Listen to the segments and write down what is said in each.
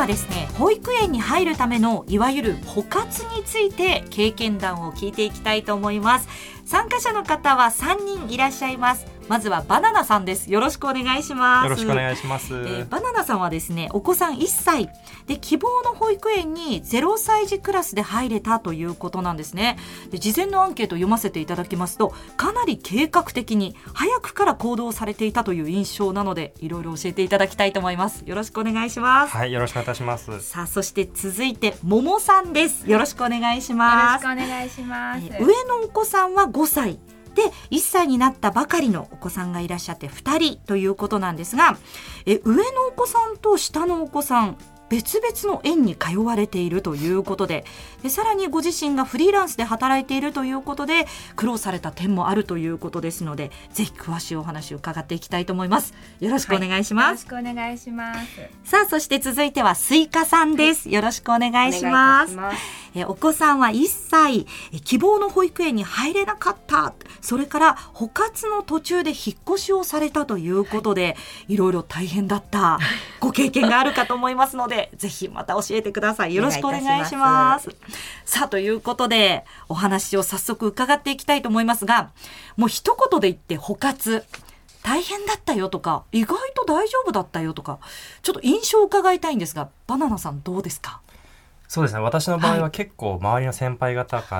ですね、保育園に入るためのいわゆる保活について経験談を聞いていきたいと思います。参加者の方は3人いらっしゃいます。まずはバナナさんです。よろしくお願いします。 よろしくお願いします。 バナナさんはですね、お子さん1歳で希望の保育園に0歳児クラスで入れたということなんですね。で、事前のアンケートを読ませていただきますと、かなり計画的に早くから行動されていたという印象なので、いろいろ教えていただきたいと思います。よろしくお願いします。 はい、よろしくお願いいたします。 さあ、そして続いてももさんです。よろしくお願いします。 よろしくお願いします。 上のお子さんは5歳で1歳になったばかりのお子さんがいらっしゃって2人ということなんですが、上のお子さんと下のお子さん別々の園に通われているということで、さらにご自身がフリーランスで働いているということで苦労された点もあるということですので、ぜひ詳しいお話を伺っていきたいと思います。よろしくお願いします。 よろしくお願いします。 さあ、そして続いてはスイカさんです。よろしくお願いします。お子さんは1歳、希望の保育園に入れなかった、それから保活の途中で引っ越しをされたということで、いろいろ大変だったご経験があるかと思いますので、ぜひまた教えてください。よろしくお願いします。さあ、ということでお話を早速伺っていきたいと思いますが、もう一言で言って保活大変だったよとか、意外と大丈夫だったよとか、ちょっと印象を伺いたいんですが、バナナさんどうですか？ そうですね、私の場合は結構周りの先輩方から、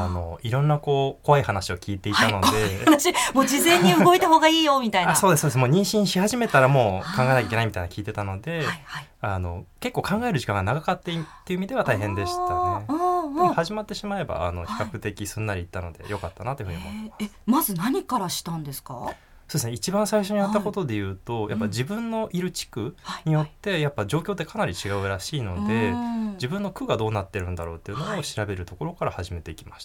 いろんな怖い話を聞いていたので、 もう事前に動いた方がいいよみたいな。 そうですそうです。もう妊娠し始めたらもう考えなきゃいけないみたいな聞いてたので、結構考える時間が長かったっていう意味では大変でしたね。でも始まってしまえば比較的すんなりいったので良かったなというふうに思います。 まず何からしたんですか？ そうですね、一番最初にやったことで言うと、やっぱ自分のいる地区によってやっぱ状況ってかなり違うらしいので、自分の区がどうなってるんだろうっていうのを調べるところから始めていきました。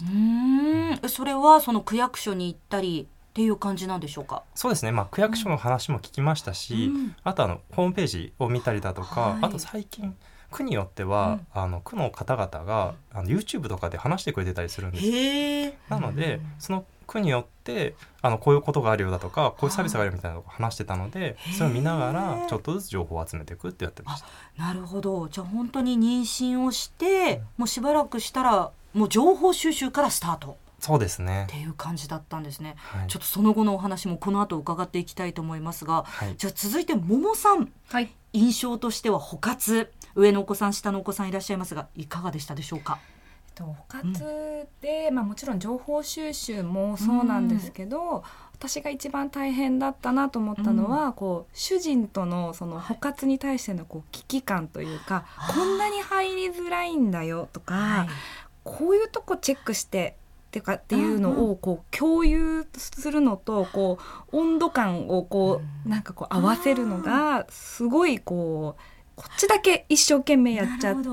それはその区役所に行ったりっていう感じなんでしょうか？ そうですね、区役所の話も聞きましたし、あとホームページを見たりだとか、あと最近区によっては、区の方々がYouTube とかで話してくれてたりするんですよ。なのでその区によってこういうことがあるようだとか、こういうサービスがあるみたいなのを話してたので、それを見ながらちょっとずつ情報を集めていくってやってました。 なるほど。じゃあ本当に妊娠をして、もうしばらくしたらもう情報収集からスタート。 そうですねっていう感じだったんですね。ちょっとその後のお話もこの後伺っていきたいと思いますが、じゃあ続いてももさん、印象としては保活、上のお子さん下のお子さんいらっしゃいますが、いかがでしたでしょうか？ 保活で、もちろん情報収集もそうなんですけど、私が一番大変だったなと思ったのは、主人とのその保活に対しての危機感というか、こんなに入りづらいんだよとか、こういうとこチェックしてっていうのを共有するのと、温度感をなんか合わせるのがすごいこっちだけ一生懸命やっちゃって、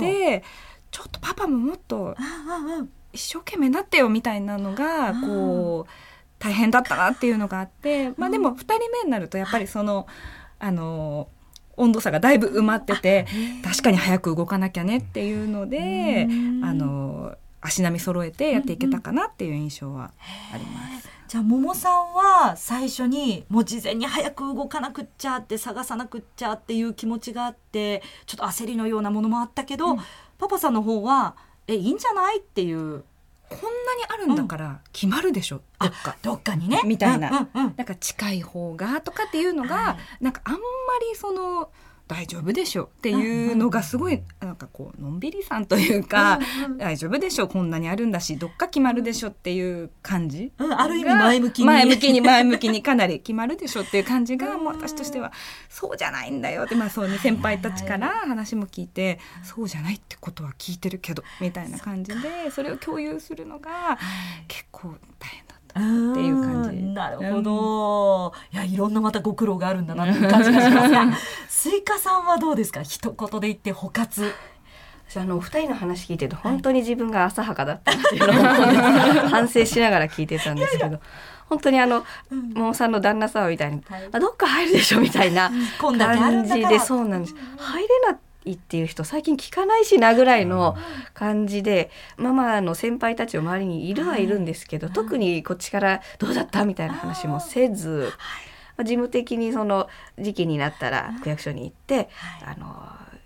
ちょっとパパももっと一生懸命なってよみたいなのが大変だったなっていうのがあって、でも2人目になるとやっぱりその温度差がだいぶ埋まってて、確かに早く動かなきゃねっていうので足並み揃えてやっていけたかなっていう印象はあります。 じゃあももさんは最初にもう事前に早く動かなくっちゃって探さなくっちゃっていう気持ちがあって、ちょっと焦りのようなものもあったけど、パパさんの方はいいんじゃないっていう、こんなにあるんだから決まるでしょ、 どっかにねみたいな、なんか近い方がとかっていうのが、なんかあんまり大丈夫でしょっていうのがすごいなんかのんびりさんというか、大丈夫でしょ、こんなにあるんだしどっか決まるでしょっていう感じ、 ある意味前向きにかなり決まるでしょっていう感じが、もう私としてはそうじゃないんだよって、そうね、先輩たちから話も聞いて、そうじゃないってことは聞いてるけどみたいな感じで、それを共有するのが結構大変だっていう感じ。 なるほど、いろんなまたご苦労があるんだなっていう感じがしますがスイカさんはどうですか？一言で言って保活。 私お二人の話聞いてると本当に自分が浅はかだったっていうのを反省しながら聞いてたんですけど、本当にももさんの旦那さんみたいに、どっか入るでしょみたいな感じで、そうなんです、入れないっていう人最近聞かないしなぐらいの感じで、ママの先輩たちの周りにいるはいるんですけど、特にこっちからどうだったみたいな話もせず、事務的にその時期になったら区役所に行って、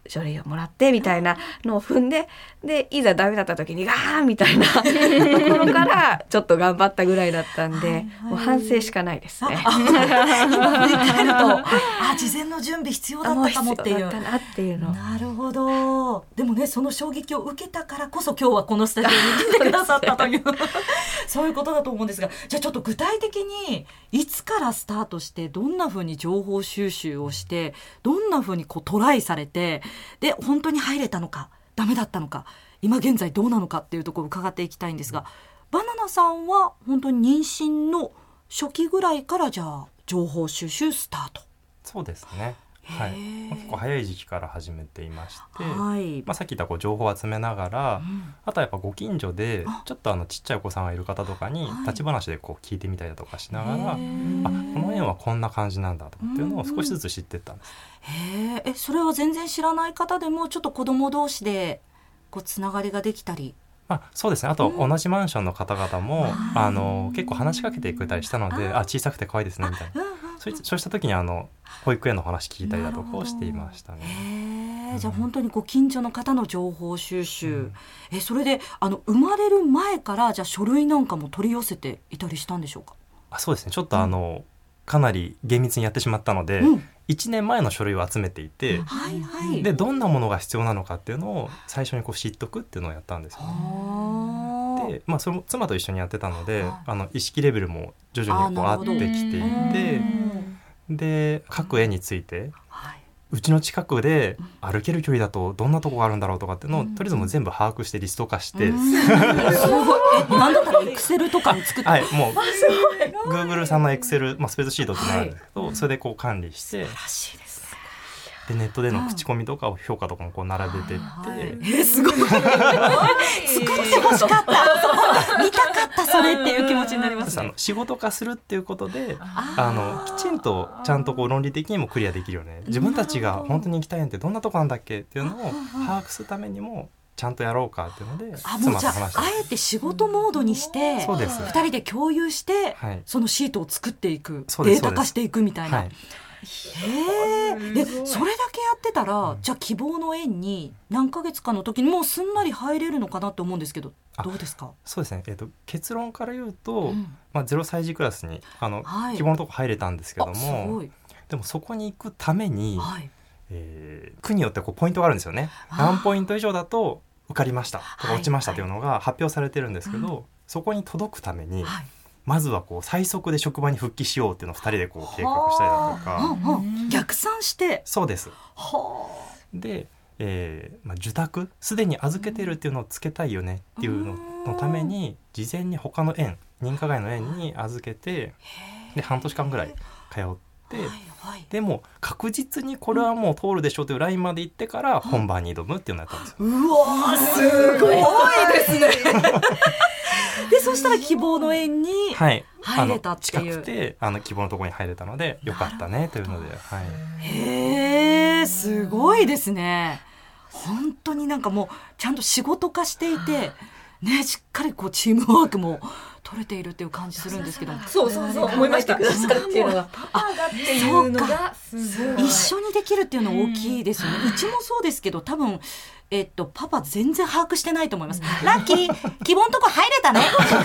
書類をもらってみたいなのを踏んで、でいざダメだった時にガーンみたいなところからちょっと頑張ったぐらいだったんで、はい、もう反省しかないですね。 今振り返ると事前の準備必要だったかもっていう。なるほど。でもね、その衝撃を受けたからこそ今日はこのスタジオに来てくださったというそういうことだと思うんですが、じゃあちょっと具体的にいつからスタートして、どんな風に情報収集をして、どんな風にこうトライされて、で本当に入れたのかダメだったのか、今現在どうなのかっていうところを伺っていきたいんですが、バナナさんは本当に妊娠の初期ぐらいからじゃあ情報収集スタート。 そうですね、はい、結構早い時期から始めていまして、 はい、 さっき言ったこう情報を集めながら、あとはやっぱご近所でちょっとちっちゃいお子さんがいる方とかに立ち話でこう聞いてみたりだとかしながら、この園はこんな感じなんだとかっていうのを少しずつ知っていったんです。 それは全然知らない方でもちょっと子供同士でこうつながりができたり。 そうですね。あと同じマンションの方々も、結構話しかけてくれたりしたので、小さくて可愛いですねみたいな、そうした時に保育園の話聞いたりだとかをしていましたね。 じゃあ本当にご近所の方の情報収集、それで生まれる前からじゃあ書類なんかも取り寄せていたりしたんでしょうか？ そうですね。ちょっとかなり厳密にやってしまったので、1年前の書類を集めていて、でどんなものが必要なのかっていうのを最初にこう知っとくっていうのをやったんですよね。で、それも妻と一緒にやってたので、意識レベルも徐々にこう合ってきていて、で各園について、うちの近くで歩ける距離だとどんなとこがあるんだろうとかっていうのを、とりあえずもう全部把握してリスト化して、 なんだったらエクセルとかに作って、 もう Google さんのエクセル、スプレッドシートってなるんですけど、それでこう管理して、でネットでの口コミとかを評価とかもこう並べてって、 すごい作ってほしかった見たかったそれっていう気持ちになりますね。 仕事化するっていうことできちんとちゃんとこう論理的にもクリアできるよね、自分たちが本当に行きたい園ってどんなとこなんだっけっていうのを把握するためにもちゃんとやろうかっていうので、 もうじゃあえて仕事モードにして、2人で共有して、そのシートを作っていく、データ化していくみたいな。でそれだけやってたら、じゃあ希望の園に何ヶ月かの時にもうすんなり入れるのかなと思うんですけど、どうですか？ そうですね、結論から言うと、0歳児クラスに希望のとこ入れたんですけども、でもそこに行くために、区によってこうポイントがあるんですよね。何ポイント以上だと受かりましたとか落ちましたというのが発表されてるんですけど、そこに届くために、まずはこう最速で職場に復帰しようっていうのを2人でこう計画したりだとか、 逆算して。 そうです。で、受託すでに預けてるっていうのをつけたいよねっていうののために、事前に他の園、認可外の園に預けて、で半年間ぐらい通って、でも確実にこれはもう通るでしょうというラインまで行ってから本番に挑むっていうのをやったんですよ。 うわー、すごいですねでそしたら希望の園に入れたっていう、 近くて希望のところに入れたのでよかったねというので、 へー、すごいですね。本当になんかもうちゃんと仕事化していて、ね、しっかりこうチームワークも取れているっていう感じするんですけど、 そう思いました。っていうのがそうか、一緒にできるっていうの大きいですよね。うちもそうですけど、多分パパ全然把握してないと思います。ラッキー、希望のとこ入れたね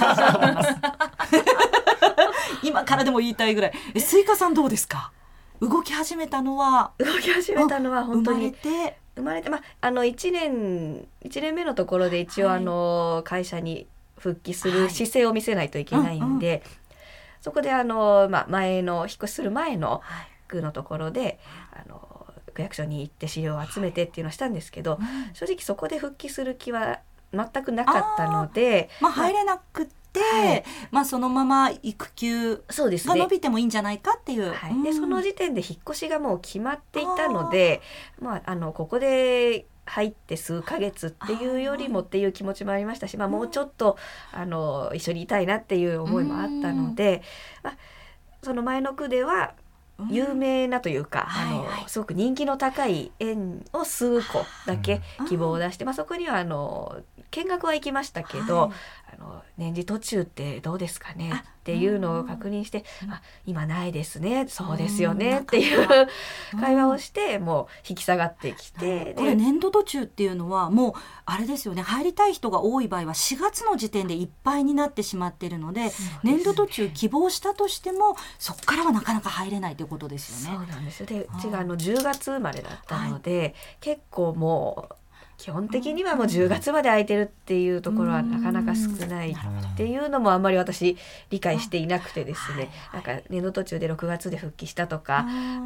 今からでも言いたいぐらい。スイカさんどうですか？動き始めたのは本当に生まれて、1年目のところで一応会社に復帰する姿勢を見せないといけないんで、そこで前の引っ越しする前の区のところで区役所に行って資料を集めてっていうのをしたんですけど、正直そこで復帰する気は全くなかったので、 入れなくて、そのまま育休が伸びてもいいんじゃないかっていう、 でその時点で引っ越しがもう決まっていたので、ここで入って数ヶ月っていうよりもっていう気持ちもありましたし、もうちょっと一緒にいたいなっていう思いもあったので、その前の区では有名なというか、 すごく人気の高い園を数個だけ希望を出して、そこには見学は行きましたけど、年次途中ってどうですかねっていうのを確認して、今ないですね、そうですよねっていう会話をして、もう引き下がってきて、 これ年度途中っていうのはもうあれですよね、入りたい人が多い場合は4月の時点でいっぱいになってしまっているので、年度途中希望したとしてもそこからはなかなか入れないということですよね。 そうなんですよ。で、うちが10月生まれだったので、結構もう基本的にはもう10月まで空いてるっていうところはなかなか少ないっていうのもあんまり私理解していなくてですね、なんか年度途中で6月で復帰したとか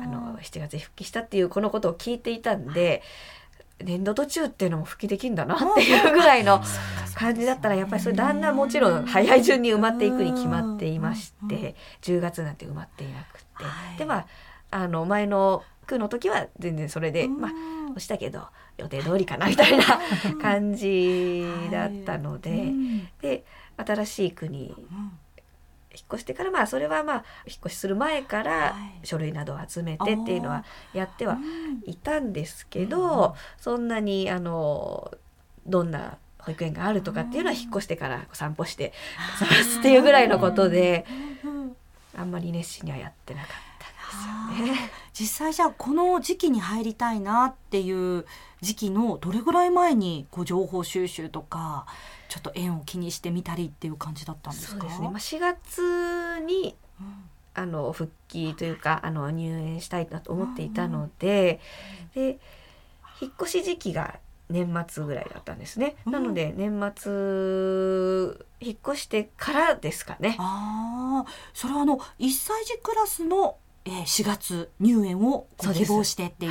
7月で復帰したっていうこのことを聞いていたんで、年度途中っていうのも復帰できるんだなっていうぐらいの感じだったら、やっぱりそれだんだんもちろん早い順に埋まっていくに決まっていまして、10月なんて埋まっていなくて、で前の区の時は全然それで押したけど予定通りかなみたいな感じだったので、で新しい区に引っ越してから、それは引っ越しする前から書類などを集めてっていうのはやってはいたんですけど、そんなにどんな保育園があるとかっていうのは引っ越してから散歩して探すっていうぐらいのことで、あんまり熱心にはやってなかった。 実際じゃあこの時期に入りたいなっていう時期のどれぐらい前に情報収集とかちょっと園を気にしてみたりっていう感じだったんですか？ そうですね、4月に、復帰というか入園したいなと思っていたので、で引っ越し時期が年末ぐらいだったんですね。なので年末引っ越してからですかね。 それは1歳児クラスの4月入園を希望してっていう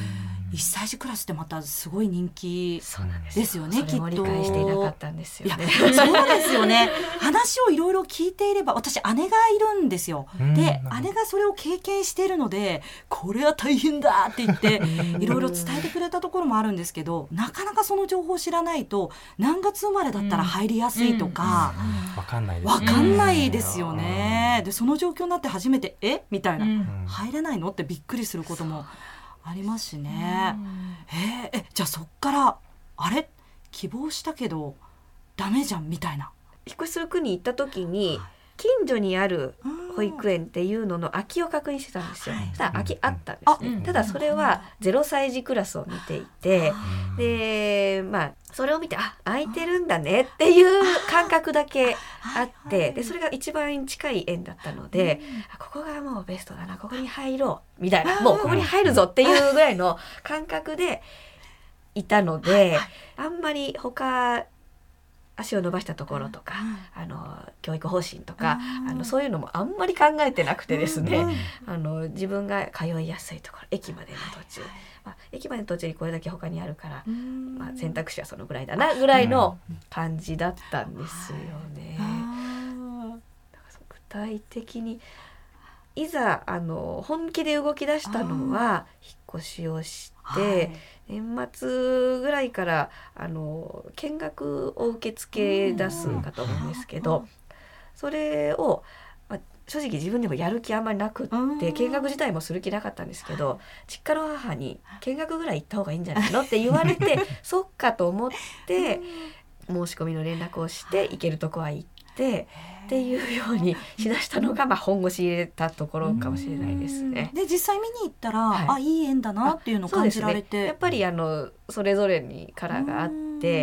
、1歳児クラスってまたすごい人気ですよね。 それも理解していなかったんですよね。 そうですよね。話をいろいろ聞いていれば、私姉がいるんですよ。で姉がそれを経験しているので、これは大変だって言っていろいろ伝えてくれたところもあるんですけど、なかなかその情報を知らないと何月生まれだったら入りやすいとか分かんないですよね。でその状況になって初めてみたいな、入れないのってびっくりすることもありますしね。じゃあそっから希望したけどダメじゃんみたいな。 引っ越しする区に行った時に近所にある保育園っていうのの空きを確認してたんですよ。ただ空きあったんですね。ただそれは0歳児クラスを見ていて、でそれを見て空いてるんだねっていう感覚だけあって、でそれが一番近い園だったので、ここがもうベストだな、ここに入ろうみたいな、もうここに入るぞっていうぐらいの感覚でいたので、あんまり他足を伸ばしたところとか、教育方針とかそういうのもあんまり考えてなくてですね、自分が通いやすいところ、駅までの途中、駅までの途中にこれだけ他にあるから、選択肢はそのぐらいだなぐらいの感じだったんですよね。具体的にいざ本気で動き出したのは引っ越しをして、年末ぐらいから見学を受け付け出すかと思うんですけど、それを正直自分でもやる気あんまりなくって、見学自体もする気なかったんですけど、実家の母に見学ぐらい行った方がいいんじゃないのって言われてそっかと思って申し込みの連絡をして行けるとこは行ってっていうようにしだしたのが本腰入れたところかもしれないですね。 で実際見に行ったら、いい園だなっていうのを感じられて、 やっぱりそれぞれにカラーがあって、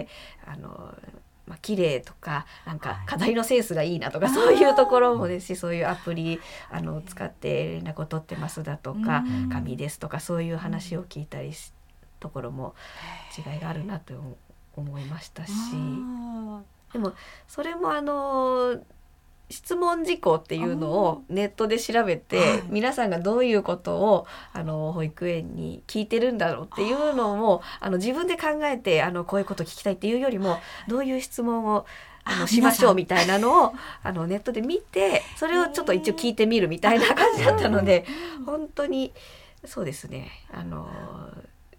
綺麗とかなんか課題のセンスがいいなとか、そういうところもですし、そういうアプリ使って連絡を取ってますだとか、紙ですとか、そういう話を聞いたりところも違いがあるなと思いましたし、でもそれも質問事項っていうのをネットで調べて、皆さんがどういうことを保育園に聞いてるんだろうっていうのも自分で考えてこういうこと聞きたいっていうよりも、どういう質問をしましょうみたいなのをネットで見て、それをちょっと一応聞いてみるみたいな感じだったので、本当にそうですね、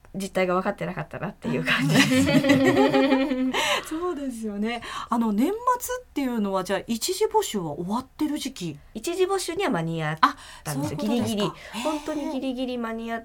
実態が分かってなかったなっていう感じです。 そうですよね。年末っていうのはじゃあ一時募集は終わってる時期？ 一時募集には間に合ったんですよ。ギリギリ、本当にギリギリ間に合って、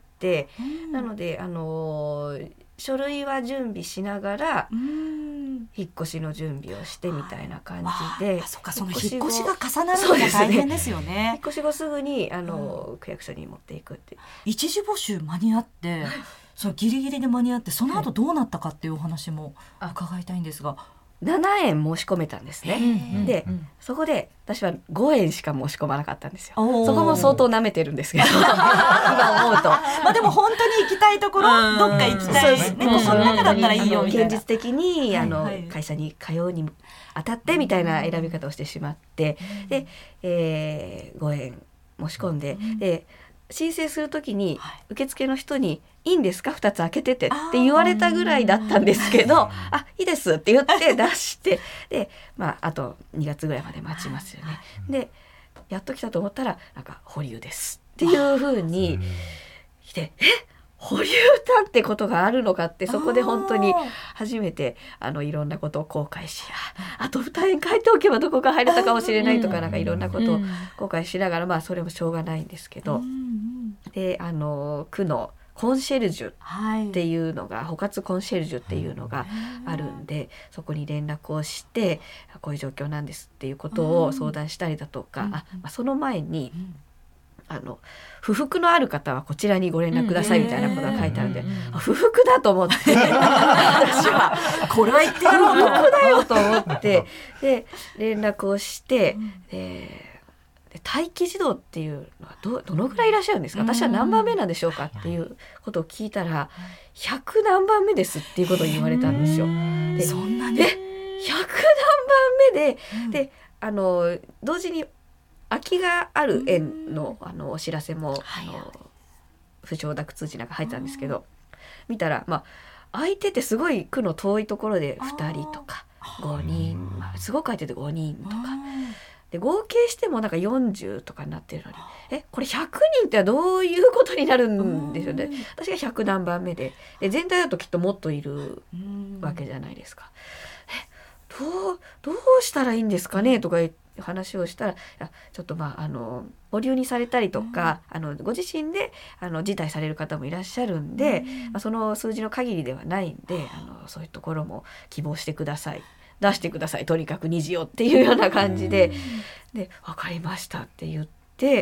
なので書類は準備しながら引っ越しの準備をしてみたいな感じで、 そっか、その引っ越しが重なるのが大変ですよね。 引っ越し後すぐに区役所に持っていくって。 一時募集間に合ってそうギリギリで間に合って、その後どうなったかっていうお話も伺いたいんですが。 7円申し込めたんですね。で、そこで私は5円しか申し込まなかったんですよ。そこも相当舐めてるんですけど今思うとまあでも本当に行きたいところ、どっか行きたい、その中だったらいいよみたいな、 現実的に会社に通うにあたってみたいな選び方をしてしまって、で、5円申し込んで、で申請するときに受付の人にいいんですか2つ開けててって言われたぐらいだったんですけど、いいですって言って出してで、あと2月ぐらいまで待ちますよね。でやっと来たと思ったらなんか保留ですっていう風に来て、保留だってことがあるのかって、そこで本当に初めていろんなことを後悔し、あと2円書いておけばどこか入れたかもしれないとか、なんかいろんなことを後悔しながら、それもしょうがないんですけど、で区のコンシェルジュっていうのが、補活コンシェルジュっていうのがあるんで、そこに連絡をしてこういう状況なんですっていうことを相談したりだとか、その前に不服のある方はこちらにご連絡くださいみたいなことが書いてあるんで、不服だと思って私はこれは言ってやろう不服だよと思ってで連絡をして、待機児童っていうのはどのぐらいいらっしゃるんですか、私は何番目なんでしょうかっていうことを聞いたら、100何番目ですっていうことを言われたんですよ。でそんなに 100何番目で、同時に空きがある園のお知らせも不承諾通知なんか入ってたんですけど、見たら空いててすごい区の遠いところで2人とか5人、すごく空いてて5人とかで、合計してもなんか40とかになってるのに、これ100人ってどういうことになるんですよね。私が100何番目で全体だときっともっといるわけじゃないですか。どうしたらいいんですかねとか話をしたら、ちょっと保留にされたりとか、ご自身で辞退される方もいらっしゃるんで、その数字の限りではないんで、そういうところも希望してください、出してください、とにかく虹をっていうような感じで、分かりましたって言って、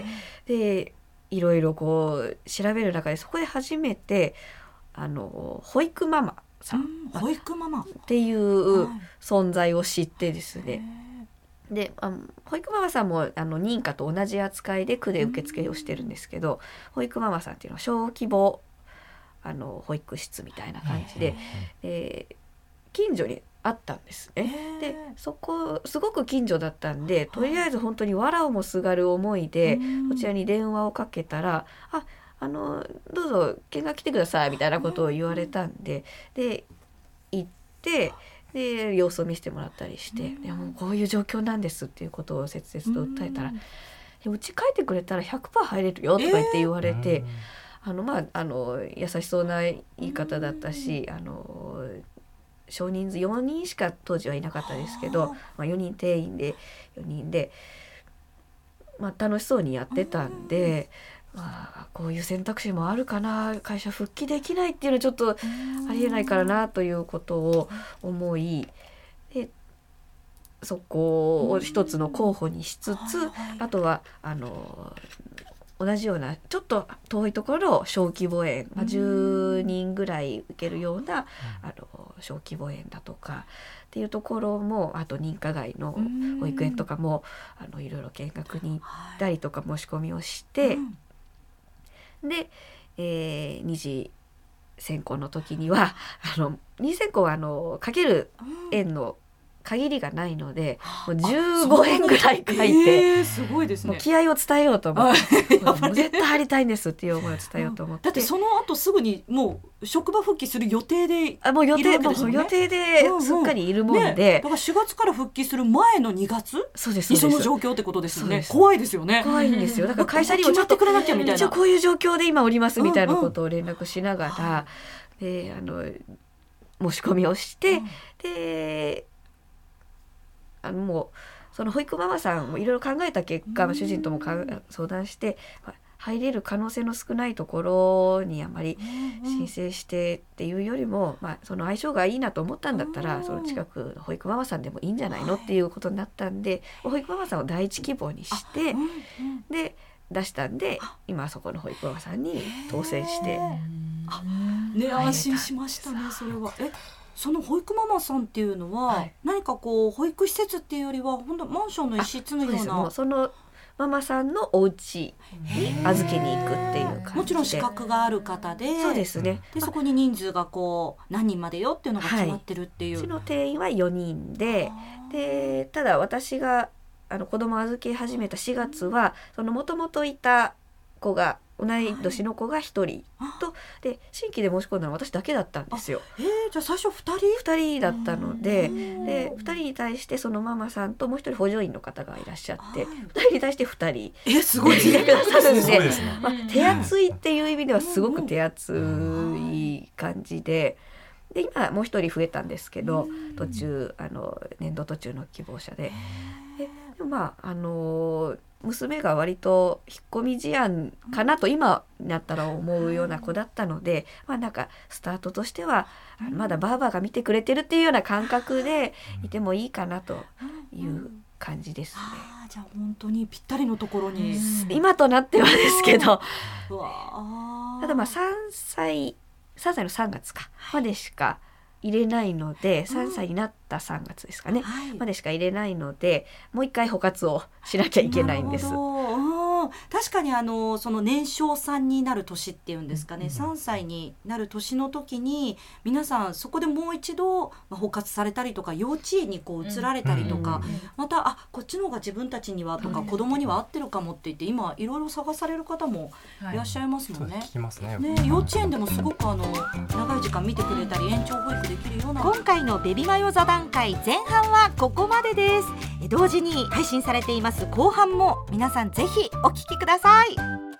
でいろいろこう調べる中で、そこで初めて保育ママさん、 保育ママっていう存在を知ってですね、で保育ママさんも認可と同じ扱いで区で受付をしてるんですけど、保育ママさんっていうのは小規模保育室みたいな感じで、近所にあったんですね。でそこすごく近所だったんで、とりあえず本当に藁をもすがる思いでこちらに電話をかけたら、どうぞ見学来てくださいみたいなことを言われたんで、で行ってで様子を見せてもらったりして、もうこういう状況なんですっていうことを切々と訴えたら、うち帰ってくれたら 100% 入れるよとか言って言われて、優しそうな言い方だったし、少人数4人しか当時はいなかったですけど、4人定員で4人で、楽しそうにやってたんで、こういう選択肢もあるかな、会社復帰できないっていうのはちょっとありえないからなということを思い、でそこを一つの候補にしつつ、あとは同じようなちょっと遠いところ小規模園、10人ぐらい受けるような小規模園だとかっていうところも、あと認可外の保育園とかもいろいろ見学に行ったりとか申し込みをして、で、二次選考の時には二次選考はかける園の限りがないので、もう15円ぐらい書いて、 すごいですね、 もう気合を伝えようと思ってもう絶対入りたいんですっていう思いを伝えようと思って、 だってその後すぐにもう職場復帰する予定でいるわけですよね。 もう予定ですっかりいるもんで、 だから4月から復帰する前の2月そうですその状況ってことですよね。怖いですよね。 怖いんですよ。だから会社にもちょっと決まってくれなきゃみたいな、 一応こういう状況で今おりますみたいなことを連絡しながら、 申し込みをして、でもうその保育ママさんもいろいろ考えた結果、主人とも相談して入れる可能性の少ないところにあまり申請してっていうよりも、その相性がいいなと思ったんだったら、その近くの保育ママさんでもいいんじゃないのっていうことになったんで、保育ママさんを第一希望にして、で出したんで、今そこの保育ママさんに当選して、 安心しましたね。それはその保育ママさんっていうのは、何かこう保育施設っていうよりは本当マンションの一室のような、 そのママさんのお家に預けに行くっていう感じで、 もちろん資格がある方で、 そうですね。 でそこに人数がこう何人までよっていうのが決まってるっていう、 うちの定員は4人で、ただ私が子供預け始めた4月はもともといた子が同い年の子が1人と、で新規で申し込んだのは私だけだったんですよ。 じゃあ最初2 人だったので、2人に対してそのママさんともう1人補助員の方がいらっしゃって、2人に対して2人すごいしてくださるんで、 すごいですね。 手厚いっていう意味ではすごく手厚い感じで、今もう1人増えたんですけど、途中年度途中の希望者で、娘が割と引っ込み思案かなと今になったら思うような子だったので、なんかスタートとしてはまだばあばが見てくれてるっていうような感覚でいてもいいかなという感じですね。 じゃあ本当にぴったりのところに、 今となってはですけど、ただ3歳の3月までしか入れないので、3歳になった3月ですかね、までしか入れないので、もう一回補活をしなきゃいけないんです。 確かにその年少さんになる年っていうんですかね、3歳になる年の時に皆さんそこでもう一度補活されたりとか、幼稚園にこう移られたりとか、またこっちの方が自分たちにはとか、子供には合ってるかもって言って今いろいろ探される方もいらっしゃいますもんね。 聞きますね。 幼稚園でもすごく長い時間見てくれたり延長保育できるような。 今回のベビマヨ座談会前半はここまでです。同時に配信されています後半も皆さんぜひお聞きください。